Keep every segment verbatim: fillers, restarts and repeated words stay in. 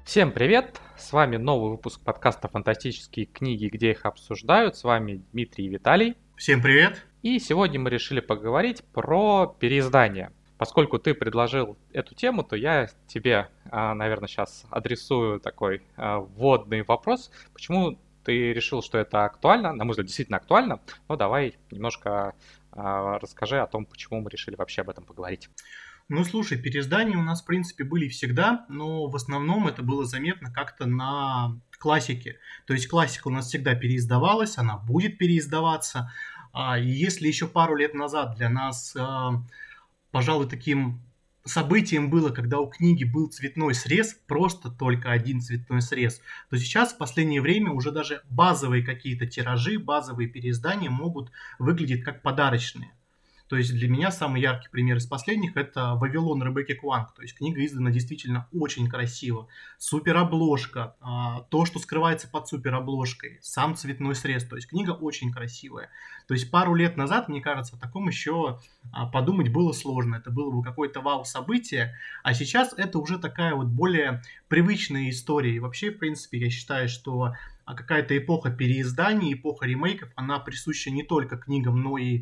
Всем привет! С вами новый выпуск подкаста «Фантастические книги, где их обсуждают». С вами Дмитрий и Виталий. Всем привет! И сегодня мы решили поговорить про переиздание. Поскольку ты предложил эту тему, то я тебе, а, наверное, сейчас адресую такой а, вводный вопрос. Почему ты решил, что это актуально? На мой взгляд, действительно актуально. Но давай немножко а, расскажи о том, почему мы решили вообще об этом поговорить. Ну, слушай, переиздания у нас, в принципе, были всегда, но в основном это было заметно как-то на классике. То есть классика у нас всегда переиздавалась, она будет переиздаваться. А, и если еще пару лет назад для нас, а, пожалуй, таким событием было, когда у книги был цветной срез, просто только один цветной срез, то сейчас в последнее время уже даже базовые какие-то тиражи, базовые переиздания могут выглядеть как подарочные. То есть для меня самый яркий пример из последних — это «Вавилон» Ребекки Кванг. То есть книга издана действительно очень красиво. Суперобложка, а, то, что скрывается под суперобложкой, сам цветной срез. То есть книга очень красивая. То есть пару лет назад, мне кажется, о таком еще а, подумать было сложно. Это было бы какое-то вау-событие. А сейчас это уже такая вот более привычная история. И вообще, в принципе, я считаю, что а, какая-то эпоха переизданий, эпоха ремейков, она присуща не только книгам, но и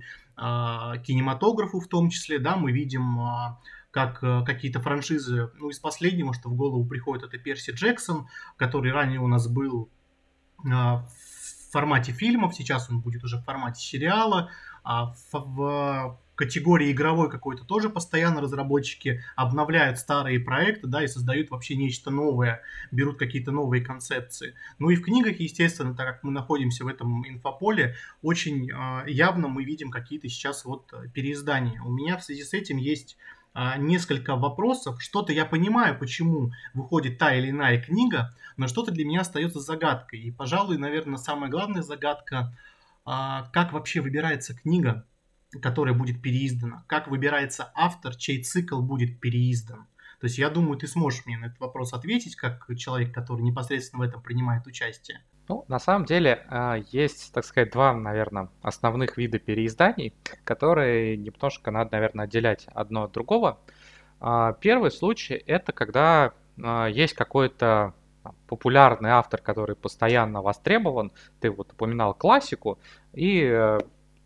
а, кинематографу в том числе, да, мы видим, а, как а, какие-то франшизы, ну, из последнего, что в голову приходит, это Перси Джексон, который ранее у нас был а, в формате фильмов, сейчас он будет уже в формате сериала, а в, в категории игровой какой-то тоже постоянно разработчики обновляют старые проекты, да, и создают вообще нечто новое, берут какие-то новые концепции. Ну и в книгах, естественно, так как мы находимся в этом инфополе, очень а, явно мы видим какие-то сейчас вот э, переиздания. У меня в связи с этим есть а, несколько вопросов. Что-то я понимаю, почему выходит та или иная книга, но что-то для меня остается загадкой. И, пожалуй, наверное, самая главная загадка, а, как вообще выбирается книга, которая будет переиздана, как выбирается автор, чей цикл будет переиздан. То есть я думаю, ты сможешь мне на этот вопрос ответить, как человек, который непосредственно в этом принимает участие. Ну, на самом деле, а, есть, так сказать, два, наверное, основных вида переизданий, которые немножко надо, наверное, отделять одно от другого. А, Первый случай — это когда а, есть какой-то там, популярный автор, который постоянно востребован. Ты вот упоминал классику, и э,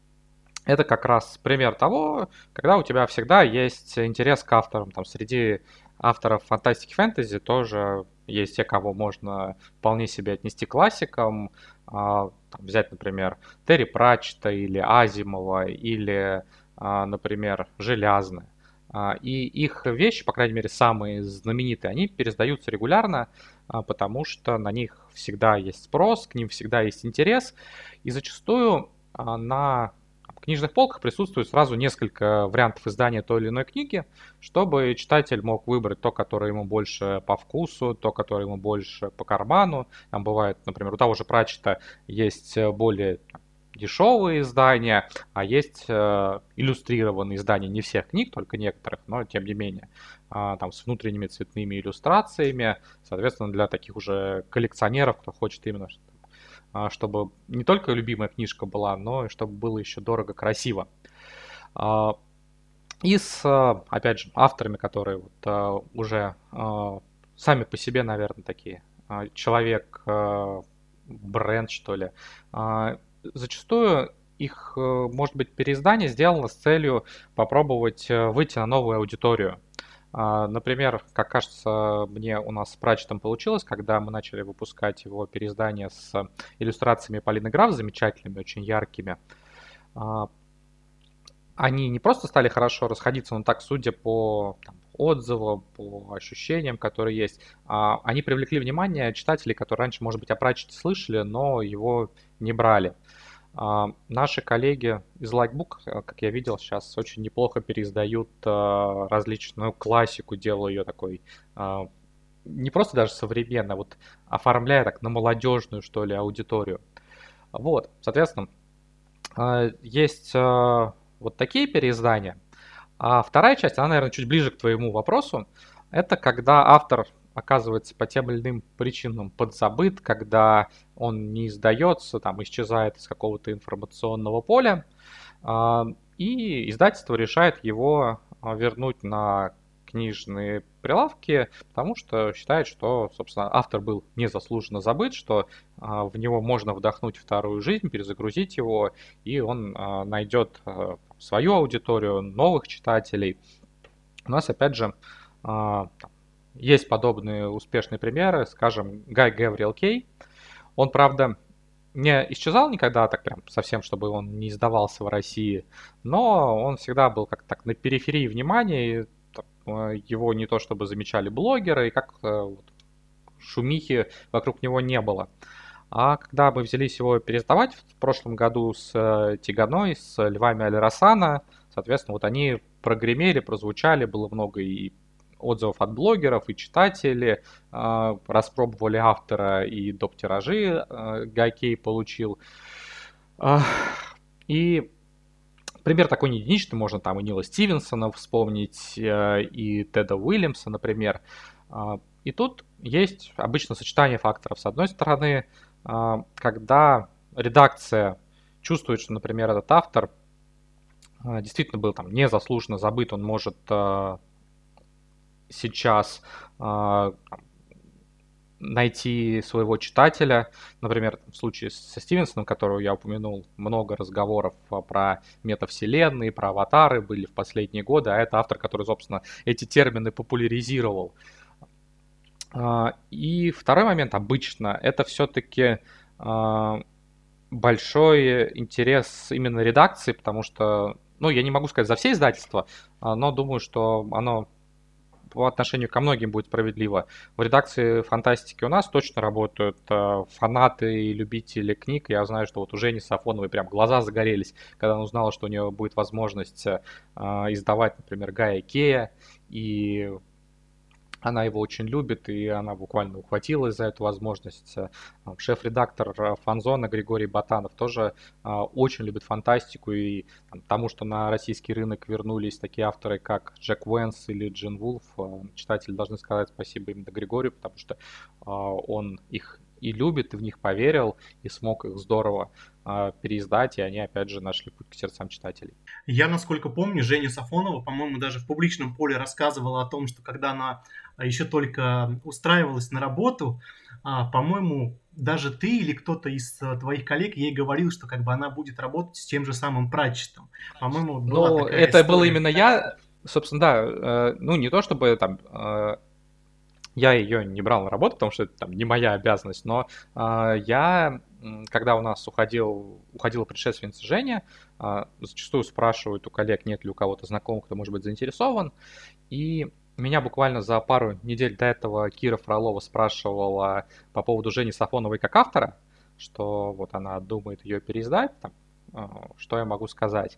это как раз пример того, когда у тебя всегда есть интерес к авторам. Там среди авторов фантастики фэнтези тоже есть те, кого можно вполне себе отнести к классикам. А, там взять, например, Терри Пратчетта или Азимова, или, а, например, Желязны. А, И их вещи, по крайней мере, самые знаменитые, они пересдаются регулярно, а, потому что на них всегда есть спрос, к ним всегда есть интерес. И зачастую а, на в книжных полках присутствует сразу несколько вариантов издания той или иной книги, чтобы читатель мог выбрать то, которое ему больше по вкусу, то, которое ему больше по карману. Там бывает, например, у того же Пратчета есть э, более дешевые издания, а есть э, иллюстрированные издания не всех книг, только некоторых, но тем не менее, а, там с внутренними цветными иллюстрациями, соответственно, для таких уже коллекционеров, кто хочет именно а, чтобы не только любимая книжка была, но и чтобы было еще дорого, красиво. А, И с, а, опять же, авторами, которые вот а, уже а, сами по себе, наверное, такие а, человек, а, бренд, что ли. А, Зачастую их, э, может быть, переиздание сделано с целью попробовать э, выйти на новую аудиторию. А, Например, как кажется, мне у нас с Пратчетом получилось, когда мы начали выпускать его переиздание с иллюстрациями Полины Граф, замечательными, очень яркими. А, Они не просто стали хорошо расходиться, но так, судя по там, отзывам, по ощущениям, которые есть, а, они привлекли внимание читателей, которые раньше, может быть, о Пратчете слышали, но его не брали. А, Наши коллеги из Lightbook, э, как я видел, сейчас очень неплохо переиздают а, различную классику, делая ее такой а, не просто даже современно, а вот оформляя так на молодежную, что ли, аудиторию. Вот, соответственно, а, есть а, вот такие переиздания. А вторая часть, она, наверное, чуть ближе к твоему вопросу. Это когда автор оказывается по тем или иным причинам подзабыт, когда он не издается, там, исчезает из какого-то информационного поля, а, и издательство решает его а, вернуть на книжные прилавки, потому что считает, что, собственно, автор был незаслуженно забыт, что а, в него можно вдохнуть вторую жизнь, перезагрузить его, и он а, найдет а, свою аудиторию, новых читателей. У нас, опять же, а, есть подобные успешные примеры, скажем, Гай Геврил Кей. Он, правда, не исчезал никогда так прям совсем, чтобы он не издавался в России, но он всегда был как-то так на периферии внимания, и так, э, его не то чтобы замечали блогеры, и как э, вот, шумихи вокруг него не было. А когда мы взялись его переиздавать в прошлом году с э, Тиганой, с Львами Аль-Расана, соответственно, вот они прогремели, прозвучали, было много и отзывов от блогеров, и читатели э, распробовали автора, и доп. Тиражи э, Гай Кей получил. Э, и пример такой не единичный, можно там и Нила Стивенсона вспомнить, э, и Теда Уильямса, например. Э, и тут есть обычно сочетание факторов. С одной стороны, э, когда редакция чувствует, что, например, этот автор э, действительно был там незаслуженно забыт, он может э, сейчас э, найти своего читателя. Например, в случае со Стивенсоном, которого я упомянул, много разговоров про метавселенные, про аватары были в последние годы, а это автор, который, собственно, эти термины популяризировал. И второй момент обычно это все-таки большой интерес именно редакции, потому что, ну, я не могу сказать за все издательства, но думаю, что оно по отношению ко многим будет справедливо. В редакции фантастики у нас точно работают э, фанаты и любители книг. Я знаю, что вот у Жени Сафоновой прям глаза загорелись, когда она узнала, что у нее будет возможность э, издавать, например, Гая Кея. И она его очень любит, и она буквально ухватилась за эту возможность. Шеф-редактор Фанзона Григорий Ботанов тоже очень любит фантастику, и там, тому, что на российский рынок вернулись такие авторы, как Джек Уэнс или Джин Вулф, читатели должны сказать спасибо именно Григорию, потому что он их и любит, и в них поверил, и смог их здорово э, переиздать, и они, опять же, нашли путь к сердцам читателей. Я, насколько помню, Женя Сафонова, по-моему, даже в публичном поле рассказывала о том, что когда она еще только устраивалась на работу, а, по-моему, даже ты или кто-то из твоих коллег ей говорил, что как бы она будет работать с тем же самым Пратчеттом. По-моему, была Ну, такая это история. был именно я, собственно, да, э, ну, не то чтобы там... Э, я ее не брал на работу, потому что это там не моя обязанность, но э, я, когда у нас уходил, уходила предшественница Женя, э, зачастую спрашивают у коллег, нет ли у кого-то знакомых, кто может быть заинтересован, и меня буквально за пару недель до этого Кира Фролова спрашивала по поводу Жени Сафоновой как автора, что вот она думает ее переиздать, там, что я могу сказать.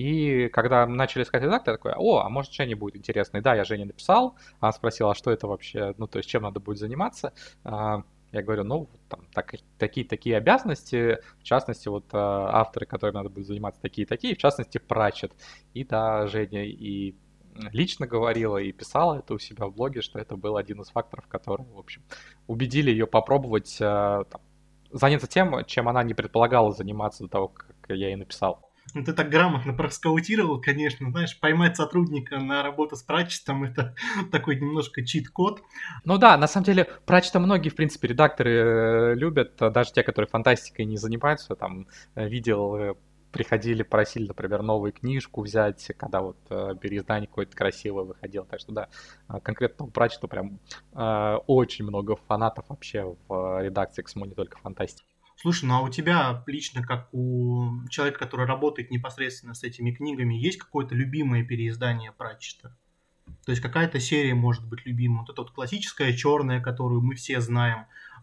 И когда мы начали искать редактора, я такой, о, а может Жене будет интересно. И да, я Жене написал, она спросила, а что это вообще, ну, то есть чем надо будет заниматься. Я говорю, ну, там, так, такие-такие обязанности, в частности, вот авторы, которым надо будет заниматься, такие-такие, в частности, Пратчетт. И да, Женя и лично говорила и писала это у себя в блоге, что это был один из факторов, которые, в общем, убедили ее попробовать там, заняться тем, чем она не предполагала заниматься до того, как я ей написал. Ну, ты так грамотно проскаутировал, конечно, знаешь, поймать сотрудника на работу с Пратчеттом — это такой немножко чит-код. Ну да, на самом деле, Пратчетта многие, в принципе, редакторы любят, даже те, которые фантастикой не занимаются, там, видел, приходили, просили, например, новую книжку взять, когда вот переиздание какое-то красивое выходило, так что да, конкретно у Пратчетта прям очень много фанатов вообще в редакции икс эм о, не только фантастики. Слушай, ну а у тебя лично, как у человека, который работает непосредственно с этими книгами, есть какое-то любимое переиздание Пратчетта? То есть какая-то серия может быть любимой. Вот эта вот классическая черная, которую мы все знаем.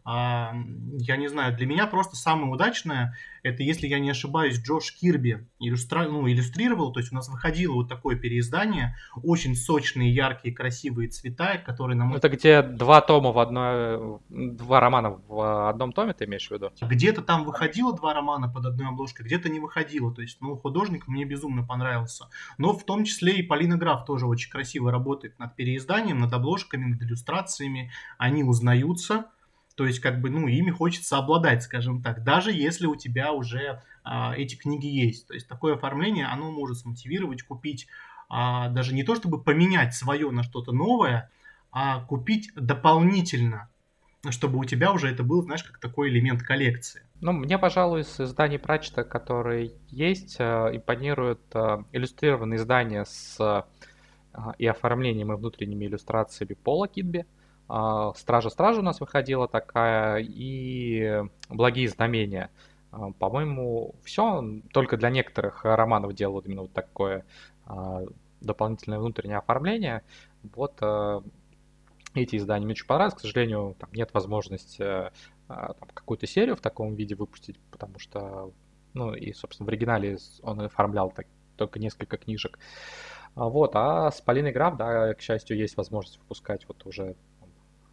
А, я не знаю, для меня просто самое удачное, это, если я не ошибаюсь, Джош Кирби иллюстра... ну, иллюстрировал, то есть у нас выходило вот такое переиздание, очень сочные, яркие, красивые цвета, которые нам... Это где два тома в одной... Два романа в одном томе, ты имеешь в виду? Где-то там выходило два романа под одной обложкой, где-то не выходило. То есть, ну, художник мне безумно понравился. Но в том числе и Полина Граф тоже очень красиво работает над переизданием, над обложками, над иллюстрациями. Они узнаются. То есть, как бы, ну, ими хочется обладать, скажем так, даже если у тебя уже а, эти книги есть. То есть, такое оформление, оно может смотивировать купить а, даже не то чтобы поменять свое на что-то новое, а купить дополнительно, чтобы у тебя уже это был, знаешь, как такой элемент коллекции. Ну, мне, пожалуй, из изданий Пратчета, которые есть, э, импонируют э, иллюстрированные издания с э, и оформлением, и внутренними иллюстрациями Пола Кидби. А, Стража-стража у нас выходила такая, и Благие знамения. А, По-моему, все. Только для некоторых романов делают именно вот такое а, дополнительное внутреннее оформление. Вот э, эти издания мне очень понравились. К сожалению, там нет возможности э, а, там, какую-то серию в таком виде выпустить, потому что, ну и, собственно, в оригинале с- он оформлял так- только несколько книжек. А, Вот, а с Полиной Граф, да, к счастью, есть возможность выпускать вот уже там,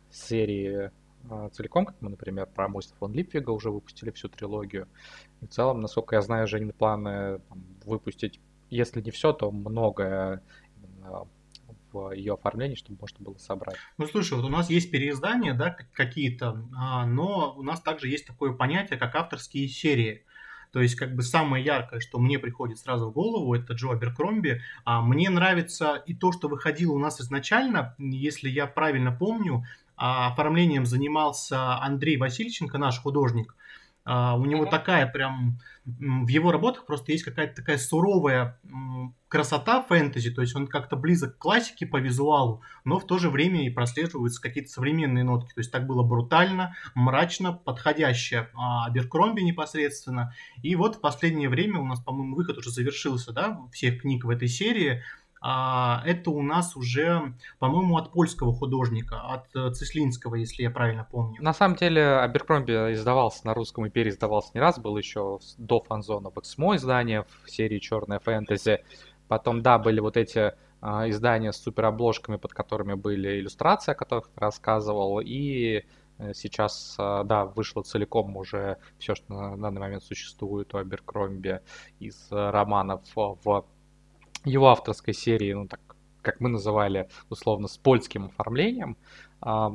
серии а, целиком, как мы, например, про Мойстов фон Липвига уже выпустили всю трилогию. И в целом, насколько я знаю, Женин планы там, выпустить, если не все, то многое именно в ее оформлении, чтобы можно было собрать. Ну, слушай, вот у нас есть переиздания, да, как- какие-то, а, но у нас также есть такое понятие, как авторские серии. То есть, как бы самое яркое, что мне приходит сразу в голову, это Джо Аберкромби. А, мне нравится и то, что выходило у нас изначально, если я правильно помню, а, оформлением занимался Андрей Васильченко, наш художник. А, у него Мгм. такая прям, м, в его работах просто есть какая-то такая суровая м, красота фэнтези, то есть он как-то близок к классике по визуалу, но в то же время и прослеживаются какие-то современные нотки. То есть так было брутально, мрачно, подходящее а, Аберкромби непосредственно. И вот в последнее время у нас, по-моему, выход уже завершился, да, всех книг в этой серии. А, это у нас уже, по-моему, от польского художника, от э, Цислинского, если я правильно помню. На самом деле, Аберкромби издавался на русском и переиздавался не раз. Был еще с- до Фанзона в Эксмо издание в серии «Черная фэнтези». Потом, да, были вот эти а, издания с суперобложками, под которыми были иллюстрации, о которых ты рассказывал. И э, сейчас, а, да, вышло целиком уже все, что на данный момент существует у Аберкромби из э, романов в его авторской серии, ну так, как мы называли, условно, с польским оформлением. А,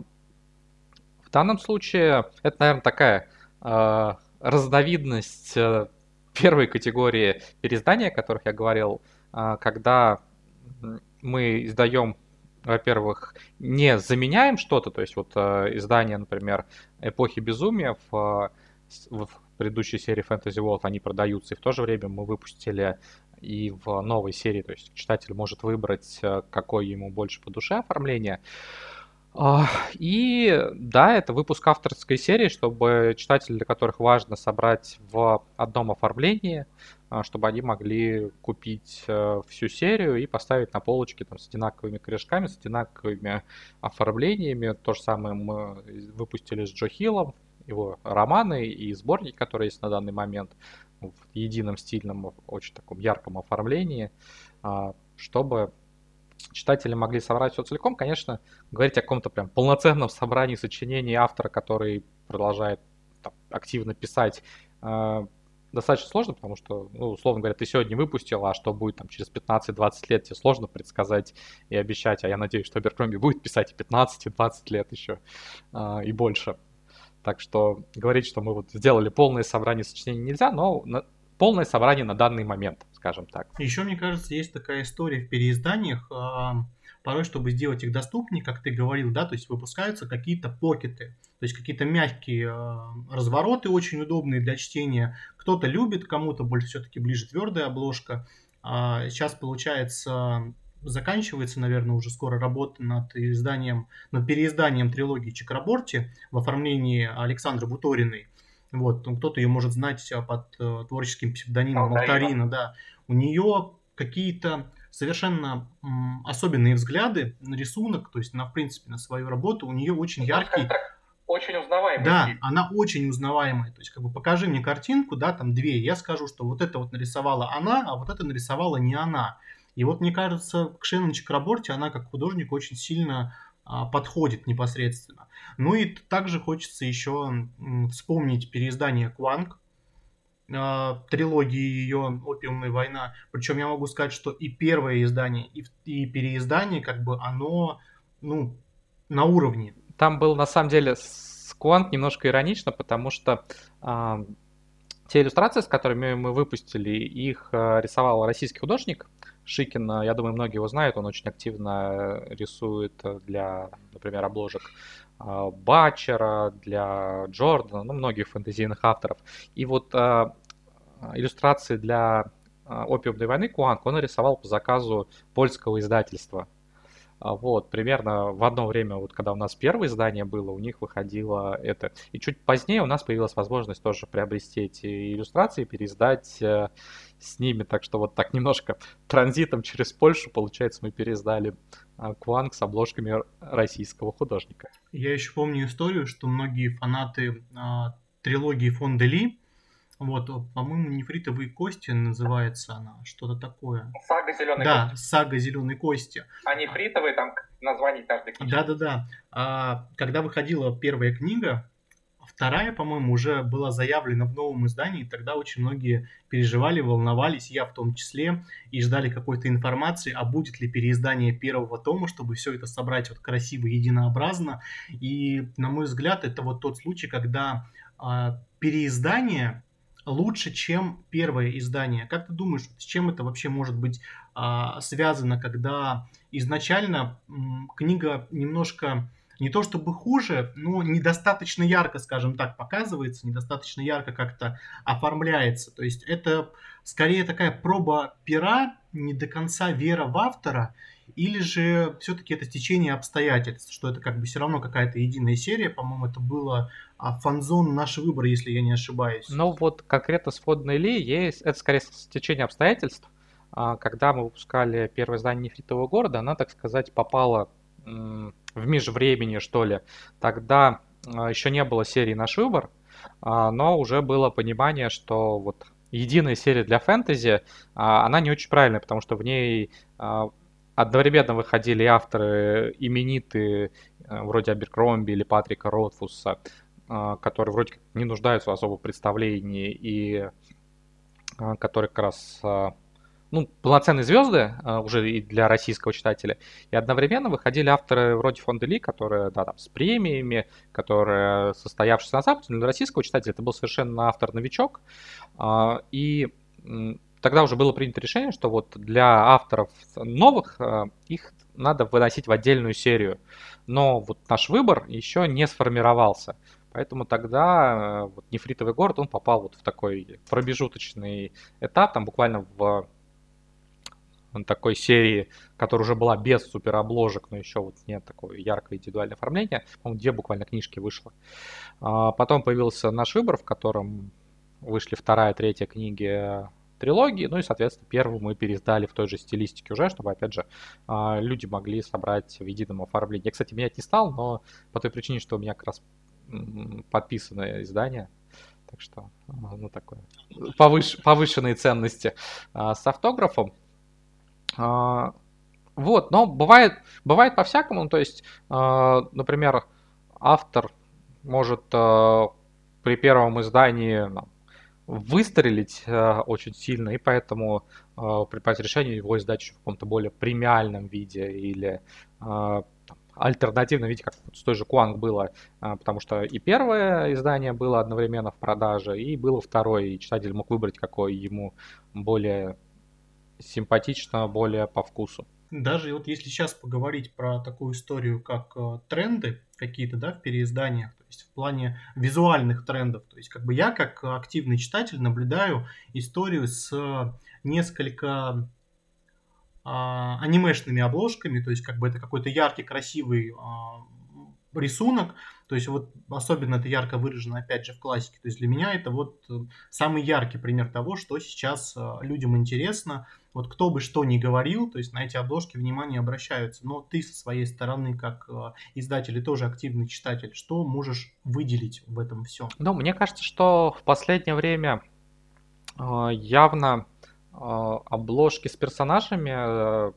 В данном случае это, наверное, такая э, разновидность э, первой категории переиздания, о которых я говорил, а, когда м, мы издаем, во-первых, не заменяем что-то, то есть вот э, издание, например, «Эпохи безумия» в, э, с- в предыдущей серии Fantasy World, они продаются, и в то же время мы выпустили и в новой серии, то есть читатель может выбрать, э, какое ему больше по душе оформление. А, И да, это выпуск авторской серии, чтобы читатели, для которых важно собрать в одном оформлении, а, чтобы они могли купить э, всю серию и поставить на полочке там, с одинаковыми корешками, с одинаковыми оформлениями. То же самое мы выпустили с Джо Хиллом, его романы и сборники, которые есть на данный момент в едином стильном, очень таком ярком оформлении, а, чтобы читатели могли собрать все целиком. Конечно, говорить о каком-то прям полноценном собрании сочинений автора, который продолжает там, активно писать, э, достаточно сложно, потому что, ну, условно говоря, ты сегодня выпустил, а что будет там через пятнадцать-двадцать лет, тебе сложно предсказать и обещать, а я надеюсь, что Аберкромби будет писать и пятнадцать, и двадцать лет еще, э, и больше. Так что говорить, что мы вот сделали полное собрание сочинений нельзя, но на- полное собрание на данный момент, скажем так. Еще, мне кажется, есть такая история в переизданиях. а, Порой, чтобы сделать их доступнее, как ты говорил, да, то есть выпускаются какие-то покеты, то есть какие-то мягкие а, развороты, очень удобные для чтения. Кто-то любит, кому-то больше все-таки ближе твердая обложка. А, Сейчас, получается, заканчивается, наверное, уже скоро работа над изданием, над переизданием трилогии Чакраборти в оформлении Александры Буториной. Вот, ну, кто-то ее может знать а, под э, творческим псевдонимом Алтарина. Алтарина, да. У нее какие-то совершенно м, особенные взгляды на рисунок, то есть на, в принципе, на свою работу. У нее очень Ну, скажем яркий, так, очень узнаваемый да, стиль. она очень узнаваемая. То есть, как бы покажи мне картинку, да, там две, я скажу, что вот это вот нарисовала она, а вот это нарисовала не она. И вот мне кажется, к Шеннон Чакраборти она как художник очень сильно а, подходит непосредственно. Ну и также хочется еще м, вспомнить переиздание Кванг, а, трилогии ее «Опиумная война». Причем я могу сказать, что и первое издание, и, в- и переиздание, как бы оно, ну, на уровне. Там был на самом деле с Quant немножко иронично, потому что а, Те иллюстрации, с которыми мы выпустили, их э, рисовал российский художник Шикин. э, Я думаю, многие его знают. Он очень активно э, рисует э, для, например, обложек э, Батчера, для Джордана, ну, многих фэнтезийных авторов. И вот э, иллюстрации для э, «Опиумной войны» Куанг он нарисовал по заказу польского издательства. А, Вот, примерно в одно время, вот когда у нас первое издание было, у них выходило это. И чуть позднее у нас появилась возможность тоже приобрести эти иллюстрации, переиздать э, с ними. Так что вот так немножко транзитом через Польшу, получается, мы переиздали а, Кванг с обложками р- российского художника. Я еще помню историю, что многие фанаты а, трилогии фон де Ли, вот, о, по-моему, «Нефритовые кости» называется она, что-то такое. Сага «Зеленой Да, кости». «Сага зеленой кости». А нефритовые, там название каждой книжки. Да-да-да. А, когда выходила первая книга, вторая, по-моему, уже была заявлена в новом издании, и тогда очень многие переживали, волновались, я в том числе, и ждали какой-то информации, а будет ли переиздание первого тома, чтобы все это собрать вот красиво, единообразно. И, на мой взгляд, это вот тот случай, когда а, переиздание лучше, чем первое издание. Как ты думаешь, с чем это вообще может быть а, связано, когда изначально м, книга немножко не то чтобы хуже, но недостаточно ярко, скажем так, показывается, недостаточно ярко как-то оформляется. То есть это скорее такая проба пера, не до конца вера в автора, или же все-таки это стечение обстоятельств, что это как бы все равно какая-то единая серия, по-моему, это было а, «Фанзон. Наш выбор», если я не ошибаюсь. Ну вот конкретно с «Водной Ли» есть, это скорее стечение обстоятельств. А, Когда мы выпускали первое издание «Нефритового города», она, так сказать, попала м, в межвремени, что ли. Тогда а, еще не было серии «Наш выбор», а, но уже было понимание, что вот единая серия для фэнтези, а, она не очень правильная, потому что в ней а, одновременно выходили авторы именитые, э, вроде Аберкромби или Патрика Ротфуса, а, которые вроде как не нуждаются в особом представлении и а, которые как раз а, ну, полноценные звезды а, уже и для российского читателя. И одновременно выходили авторы вроде фон де Ли, которые, да, там, с премиями, которые состоявшиеся на Западе, но для российского читателя это был совершенно автор-новичок. А, И м, тогда уже было принято решение, что вот для авторов новых а, их надо выносить в отдельную серию. Но вот наш выбор еще не сформировался. Поэтому тогда э, вот «Нефритовый город», он попал вот в такой промежуточный этап, там буквально в такой серии, которая уже была без суперобложек, но еще вот нет такого яркого индивидуального оформления. По-моему, две буквально книжки вышло. А потом появился «Наш выбор», в котором вышли вторая, третья книги трилогии, ну и, соответственно, первую мы переиздали в той же стилистике уже, чтобы, опять же, а, люди могли собрать в едином оформлении. Я, кстати, менять не стал, но по той причине, что у меня как раз м, подписанное издание, так что, а, ну, такое, повыш- повышенные ценности а, с автографом. А, Вот, но бывает, бывает по-всякому, ну, то есть, а, например, автор может а, при первом издании ну, выстрелить э, очень сильно, и поэтому э, принимать решение его издать еще в каком-то более премиальном виде или э, там, альтернативном виде, как вот с той же Куанг было, э, потому что и первое издание было одновременно в продаже, и было второе, и читатель мог выбрать, какое ему более симпатично, более по вкусу. Даже вот если сейчас поговорить про такую историю, как э, тренды какие-то, да, в переизданиях, то есть в плане визуальных трендов, то есть как бы я как активный читатель наблюдаю историю с э, несколько а, анимешными обложками, то есть как бы это какой-то яркий, красивый а, рисунок, то есть вот особенно это ярко выражено опять же в классике, то есть для меня это вот э, самый яркий пример того, что сейчас а, людям интересно, вот кто бы что ни говорил, то есть на эти обложки внимание обращаются, но ты со своей стороны как а, издатель и тоже активный читатель, что можешь выделить в этом всем? Ну, мне кажется, что в последнее время э, явно э, обложки с персонажами э,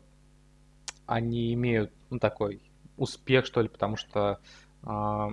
они имеют ну, такой успех, что ли, потому что, а,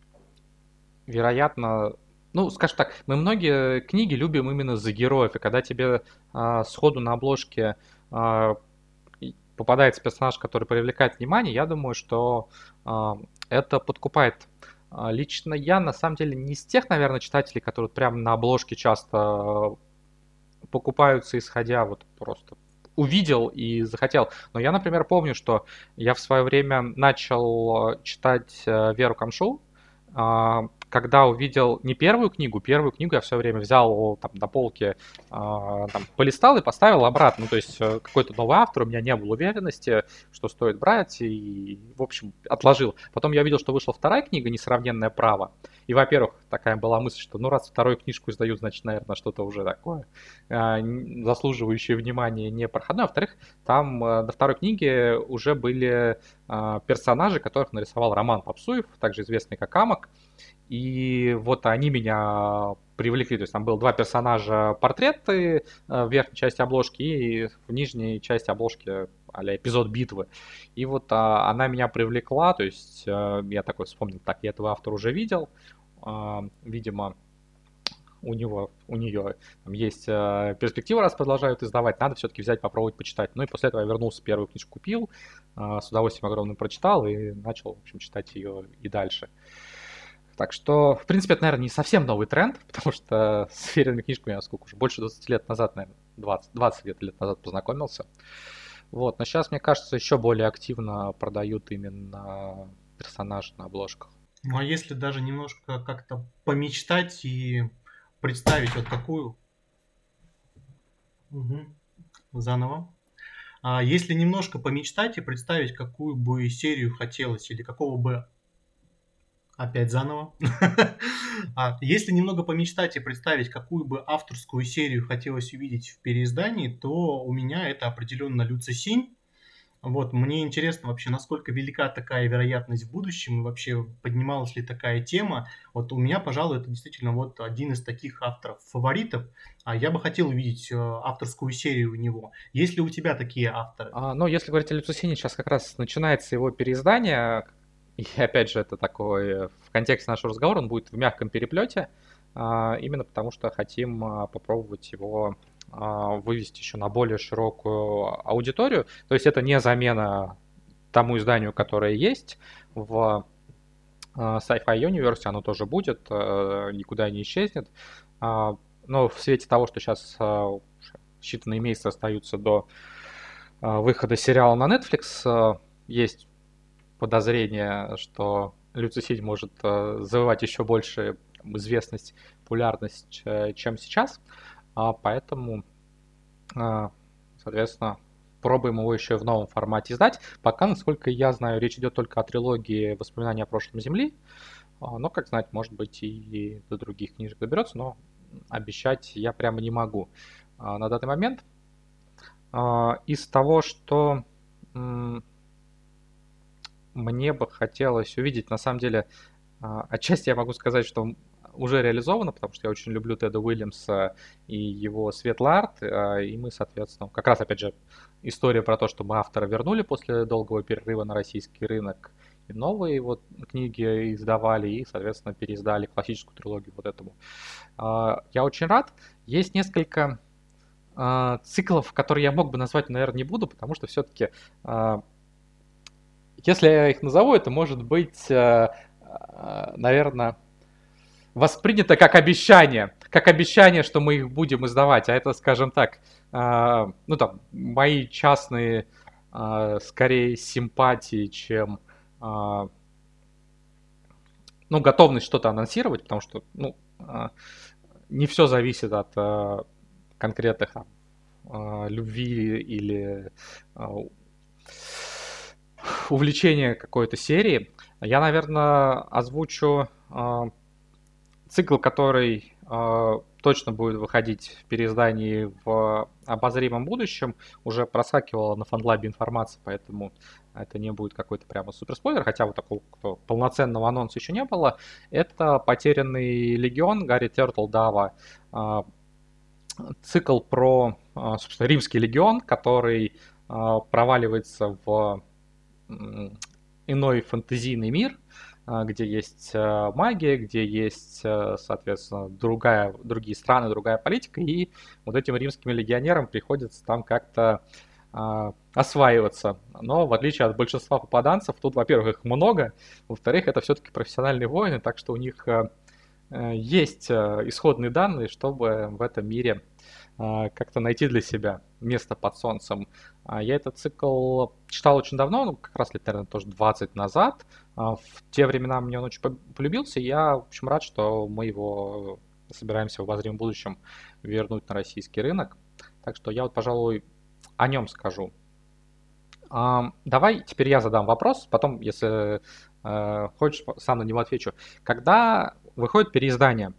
вероятно, ну, скажем так, мы многие книги любим именно за героев, и когда тебе а, сходу на обложке а, и попадается персонаж, который привлекает внимание, я думаю, что а, это подкупает А, Лично я, на самом деле, не из тех, наверное, читателей, которые вот прям на обложке часто покупаются, исходя вот просто увидел и захотел. Но я, например, помню, что я в свое время начал э, читать э, Веру Камшу, а, когда увидел не первую книгу, первую книгу я все время взял там на полке, а, там, полистал и поставил обратно. Ну, то есть э, какой-то новый автор, у меня не было уверенности, что стоит брать, и, в общем, отложил. Потом я увидел, что вышла вторая книга «Несравненное право», и, во-первых, такая была мысль, что ну раз вторую книжку издают, значит, наверное, что-то уже такое а, заслуживающее внимания, не проходное. А во-вторых, там а, до второй книги уже были а, персонажи, которых нарисовал Роман Попсуев, также известный как Амок. И вот они меня привлекли. То есть там было два персонажа портреты в верхней части обложки и в нижней части обложки а-ля эпизод битвы. И вот а, она меня привлекла. То есть а, я такой вспомнил, так, я этого автора уже видел. А, видимо, у него, у нее там есть э, перспектива, раз продолжают издавать, надо все-таки взять, попробовать почитать. Ну и после этого я вернулся, первую книжку купил, э, с удовольствием огромным прочитал и начал, в общем, читать ее и дальше. Так что, в принципе, это, наверное, не совсем новый тренд, потому что с серийными книжками я сколько уже, больше двадцати лет назад, наверное, двадцать, двадцать где-то лет назад познакомился. Вот, но сейчас, мне кажется, еще более активно продают именно персонажи на обложках. Ну а если даже немножко как-то помечтать и представить вот какую... Мгм. Заново. А если немножко помечтать и представить, какую бы серию хотелось или какого бы... Опять заново. А если немного помечтать и представить, какую бы авторскую серию хотелось увидеть в переиздании, то у меня это определенно Люци Синь. Вот, мне интересно вообще, насколько велика такая вероятность в будущем, и вообще поднималась ли такая тема. Вот у меня, пожалуй, это действительно вот один из таких авторов фаворитов. А я бы хотел увидеть э, авторскую серию у него. Есть ли у тебя такие авторы? А, ну, если говорить о Люцисине, сейчас как раз начинается его переиздание. И опять же, это такой, э, в контексте нашего разговора, он будет в мягком переплете, а, именно потому что хотим а, попробовать его а, вывести еще на более широкую аудиторию. То есть это не замена тому изданию, которое есть в а, Sci-Fi Universe, оно тоже будет, э, никуда не исчезнет. А, Но в свете того, что сейчас а, считанные месяцы остаются до а, выхода сериала на Netflix, а, есть подозрение, что Люцисид может а, завоевать еще больше известность, популярность, ч- чем сейчас. А, Поэтому, а, соответственно, пробуем его еще в новом формате издать. Пока, насколько я знаю, речь идет только о трилогии «Воспоминания о прошлом Земли». А, Но, как знать, может быть и до других книжек доберется, но обещать я прямо не могу а, на данный момент. А, Из того, что м, мне бы хотелось увидеть, на самом деле, а, отчасти я могу сказать, что уже реализовано, потому что я очень люблю Теда Уильямса и его светлый арт, а, и мы, соответственно, как раз, опять же, история про то, что мы автора вернули после долгого перерыва на российский рынок, и новые вот книги издавали, и, соответственно, переиздали классическую трилогию вот этому. А, Я очень рад. Есть несколько а, циклов, которые я мог бы назвать, но, наверное, не буду, потому что все-таки если я их назову, это может быть, э, э, наверное, воспринято как обещание. Как обещание, что мы их будем издавать. А это, скажем так, э, ну там, мои частные, э, скорее, симпатии, чем э, ну, готовность что-то анонсировать, потому что ну, э, не все зависит от э, конкретных там, э, любви или э, увлечения какой-то серии. Я, наверное, озвучу э, цикл, который э, точно будет выходить в переиздании в обозримом будущем. Уже проскакивала на фанлабе информация, поэтому это не будет какой-то прямо суперспойлер, хотя вот такого полноценного анонса еще не было. Это «Потерянный легион» Гарри Тёртлдава. Э, цикл про, э, собственно, римский легион, который э, проваливается в иной фэнтезийный мир, где есть магия, где есть, соответственно, другая, другие страны, другая политика, и вот этим римским легионерам приходится там как-то а, осваиваться. Но в отличие от большинства попаданцев, тут, во-первых, их много, во-вторых, это все-таки профессиональные воины, так что у них э, э, есть э, исходные данные, чтобы в этом мире э, как-то найти для себя место под солнцем. А Я этот цикл читал очень давно, ну, как раз лет, наверное, тоже двадцать назад. А В те времена мне он очень по- полюбился, и я, в общем, рад, что мы его собираемся в обозримом будущем вернуть на российский рынок. Так что я вот, пожалуй, о нем скажу. Ам, давай теперь я задам вопрос, потом, если э, хочешь, сам на него отвечу. Когда выходит переиздание,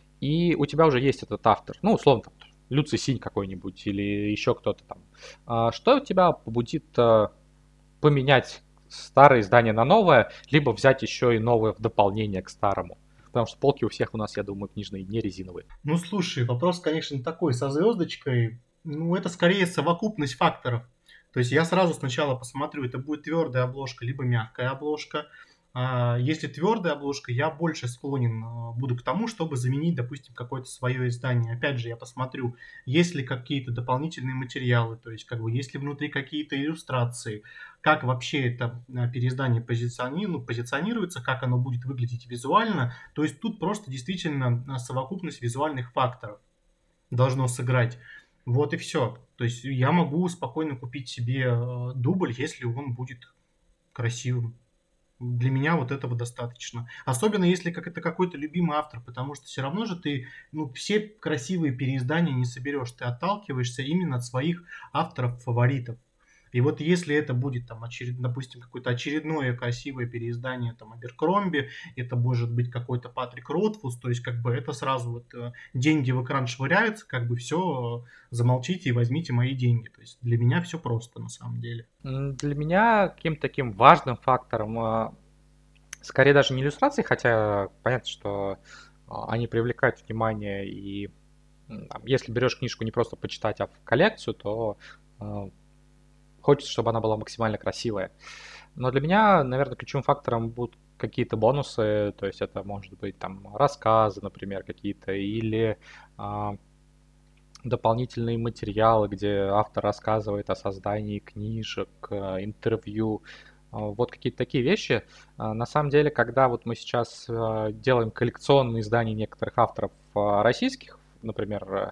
и у тебя уже есть этот автор, ну, условно, там, Люций Синь какой-нибудь или еще кто-то там, а что тебя побудит э, поменять старое издание на новое, либо взять еще и новое в дополнение к старому? Потому что полки у всех у нас, я думаю, книжные не резиновые. Ну, слушай, вопрос, конечно, такой, со звездочкой. Ну, это скорее совокупность факторов. То есть я сразу сначала посмотрю, это будет твердая обложка, либо мягкая обложка. А, Если твердая обложка, я больше склонен а, буду к тому, чтобы заменить, допустим, какое-то свое издание. Опять же, я посмотрю, есть ли какие-то дополнительные материалы, то есть как бы есть ли внутри какие-то иллюстрации, как вообще это а, переиздание позициони- ну, позиционируется, как оно будет выглядеть визуально. То есть тут просто действительно а, совокупность визуальных факторов должно сыграть. Вот и все. То есть я могу спокойно купить себе э, дубль, если он будет красивым. Для меня вот этого достаточно. Особенно если как это какой-то любимый автор, потому что все равно же ты ну, все красивые переиздания не соберешь. Ты отталкиваешься именно от своих авторов-фаворитов. И вот если это будет, там, очеред... допустим, какое-то очередное красивое переиздание там, Аберкромби, это может быть какой-то Патрик Ротфус, то есть как бы это сразу вот э, деньги в экран швыряются, как бы все, замолчите и возьмите мои деньги. То есть для меня все просто на самом деле. М, Для меня каким-то таким важным фактором, а, скорее даже не иллюстрации, хотя понятно, что а, они привлекают внимание, и м, там, если берешь книжку не просто почитать, а в коллекцию, то а, хочется, чтобы она была максимально красивая. Но для меня, наверное, ключевым фактором будут какие-то бонусы, то есть это может быть там рассказы, например, какие-то, или а, дополнительные материалы, где автор рассказывает о создании книжек, э, интервью, а, вот какие-то такие вещи. А, На самом деле, когда вот мы сейчас э, делаем коллекционные издания некоторых авторов э, российских, например, э,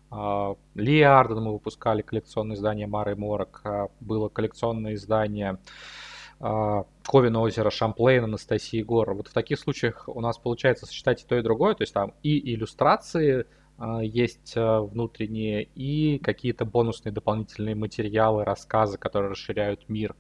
а, Ли Арден мы выпускали коллекционное издание Мары Морок, а, было коллекционное издание а, Ковен озера Шамплейн, Анастасии Гор. Вот в таких случаях у нас получается сочетать и то, и другое, то есть там и иллюстрации а, есть а, внутренние, и какие-то бонусные дополнительные материалы, рассказы, которые расширяют мир.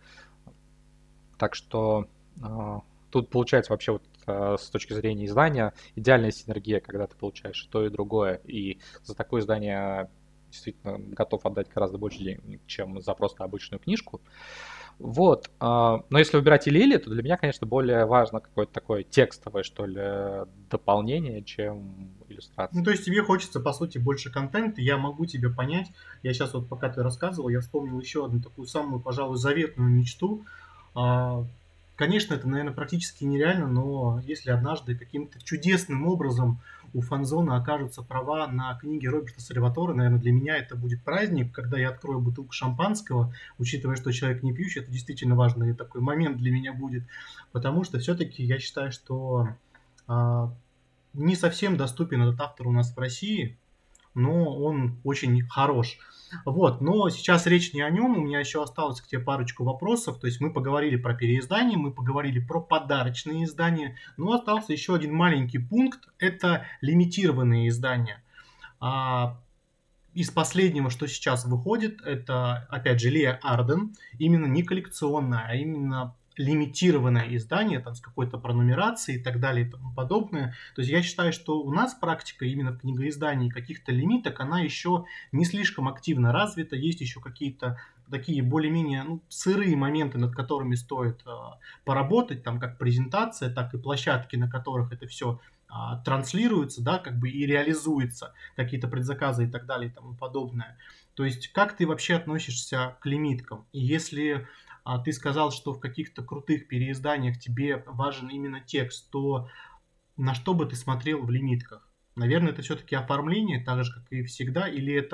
Так что а, тут получается вообще вот а, с точки зрения издания идеальная синергия, когда ты получаешь и то, и другое. И за такое издание действительно готов отдать гораздо больше денег, чем за просто обычную книжку. Вот. а, Но если выбирать или или, то для меня, конечно, более важно какое-то такое текстовое, что ли, дополнение, чем Ну, иллюстрация. то есть тебе хочется, по сути, больше контента, я могу тебя понять. Я сейчас вот, пока ты рассказывал, я вспомнил еще одну такую самую, пожалуй, заветную мечту. А, Конечно, это, наверное, практически нереально, но если однажды каким-то чудесным образом у Фанзона окажутся права на книги Роберта Сальватора, наверное, для меня это будет праздник, когда я открою бутылку шампанского, учитывая, что человек не пьющий, это действительно важный такой момент для меня будет, потому что все-таки я считаю, что а, не совсем доступен этот автор у нас в России, но он очень хорош. Вот, но сейчас речь не о нем, у меня еще осталось к тебе парочку вопросов, то есть мы поговорили про переиздание, мы поговорили про подарочные издания, но остался еще один маленький пункт, это лимитированные издания. А, из последнего, что сейчас выходит, это, опять же, Лия Арден, именно не коллекционное, а именно лимитированное издание, там, с какой-то пронумерацией и так далее и тому подобное. То есть я считаю, что у нас практика именно в книгоиздании каких-то лимиток, она еще не слишком активно развита, есть еще какие-то такие более-менее ну, сырые моменты, над которыми стоит э, поработать, там как презентация, так и площадки, на которых это все а, транслируется, да, как бы и реализуется, какие-то предзаказы и так далее и тому подобное. То есть как ты вообще относишься к лимиткам? И если а, ты сказал, что в каких-то крутых переизданиях тебе важен именно текст, то на что бы ты смотрел в лимитках? Наверное, это все-таки оформление, так же, как и всегда, или это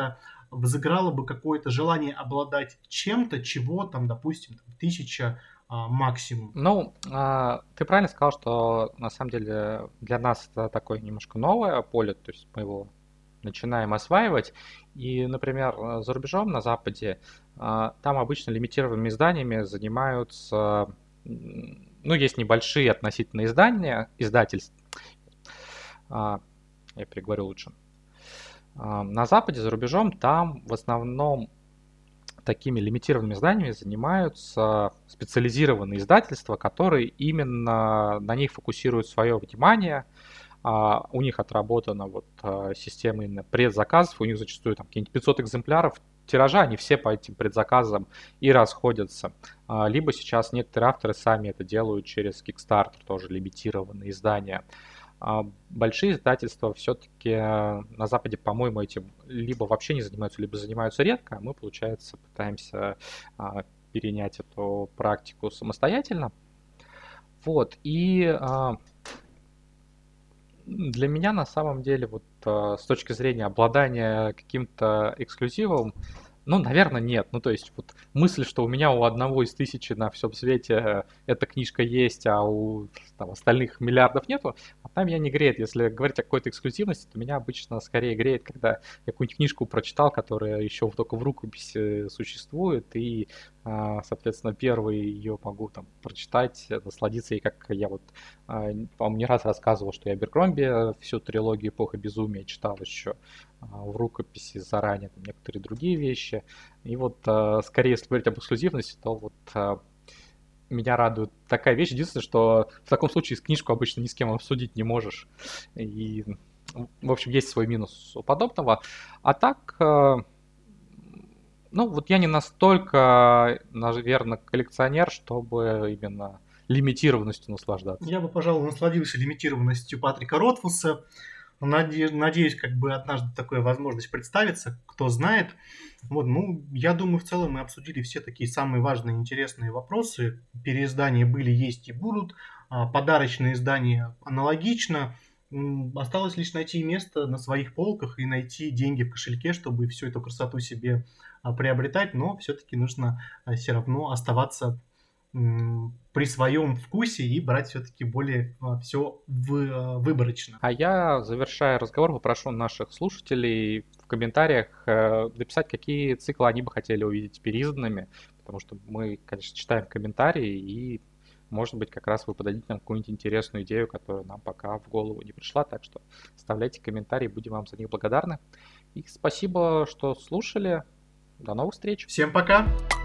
взыграло бы какое-то желание обладать чем-то, чего там, допустим, тысяча а, максимум. Ну, а, ты правильно сказал, что на самом деле для нас это такое немножко новое поле, то есть мы его начинаем осваивать. И, например, э, за рубежом, на Западе, а, там обычно лимитированными изданиями занимаются, м, ну, есть небольшие относительно издания, издательств, а, я переговорю лучше. А, На Западе, за рубежом, там в основном такими лимитированными изданиями занимаются специализированные издательства, которые именно на них фокусируют свое внимание. А, у них отработана вот а, система именно предзаказов, у них зачастую там какие-нибудь пятьсот экземпляров тиража, они все по этим предзаказам и расходятся. А, либо сейчас некоторые авторы сами это делают через Kickstarter, тоже лимитированные издания. А большие издательства все-таки на Западе, по-моему, этим либо вообще не занимаются, либо занимаются редко. А мы, получается, пытаемся а, перенять эту практику самостоятельно. Вот. И а, для меня на самом деле вот а, с точки зрения обладания каким-то эксклюзивом, ну, наверное, нет. Ну, то есть вот мысль, что у меня у одного из тысячи на всем свете э, эта книжка есть, а у там, остальных миллиардов нету, она меня не греет. Если говорить о какой-то эксклюзивности, то меня обычно скорее греет, когда я какую-нибудь книжку прочитал, которая еще только в рукописи существует, и, а, соответственно, первый ее могу там прочитать, насладиться ей, как я вот, а, по-моему, не раз рассказывал, что я Аберкромби всю трилогию «Эпоха безумия» читал еще а, в рукописи заранее, там, некоторые другие вещи. И вот, а, скорее, если говорить об эксклюзивности, то вот а, меня радует такая вещь. Единственное, что в таком случае книжку обычно ни с кем обсудить не можешь. И, в общем, есть свой минус у подобного. А так, а, ну, вот я не настолько, наверное, коллекционер, чтобы именно лимитированностью наслаждаться. Я бы, пожалуй, насладился лимитированностью Патрика Ротфуса. Наде- Надеюсь, как бы однажды такая возможность представится, кто знает. Вот, ну, я думаю, в целом мы обсудили все такие самые важные и интересные вопросы. Переиздания были, есть и будут. А, Подарочные издания аналогично. М, Осталось лишь найти место на своих полках и найти деньги в кошельке, чтобы всю эту красоту себе а, приобретать, но все-таки нужно все равно оставаться м, при своем вкусе и брать все-таки более все выборочно. А я, завершая разговор, попрошу наших слушателей в комментариях э, написать, какие циклы они бы хотели увидеть переизданными, потому что мы, конечно, читаем комментарии, и, может быть, как раз вы подадите нам какую-нибудь интересную идею, которая нам пока в голову не пришла, так что оставляйте комментарии, будем вам за них благодарны. И спасибо, что слушали. До новых встреч! Всем пока!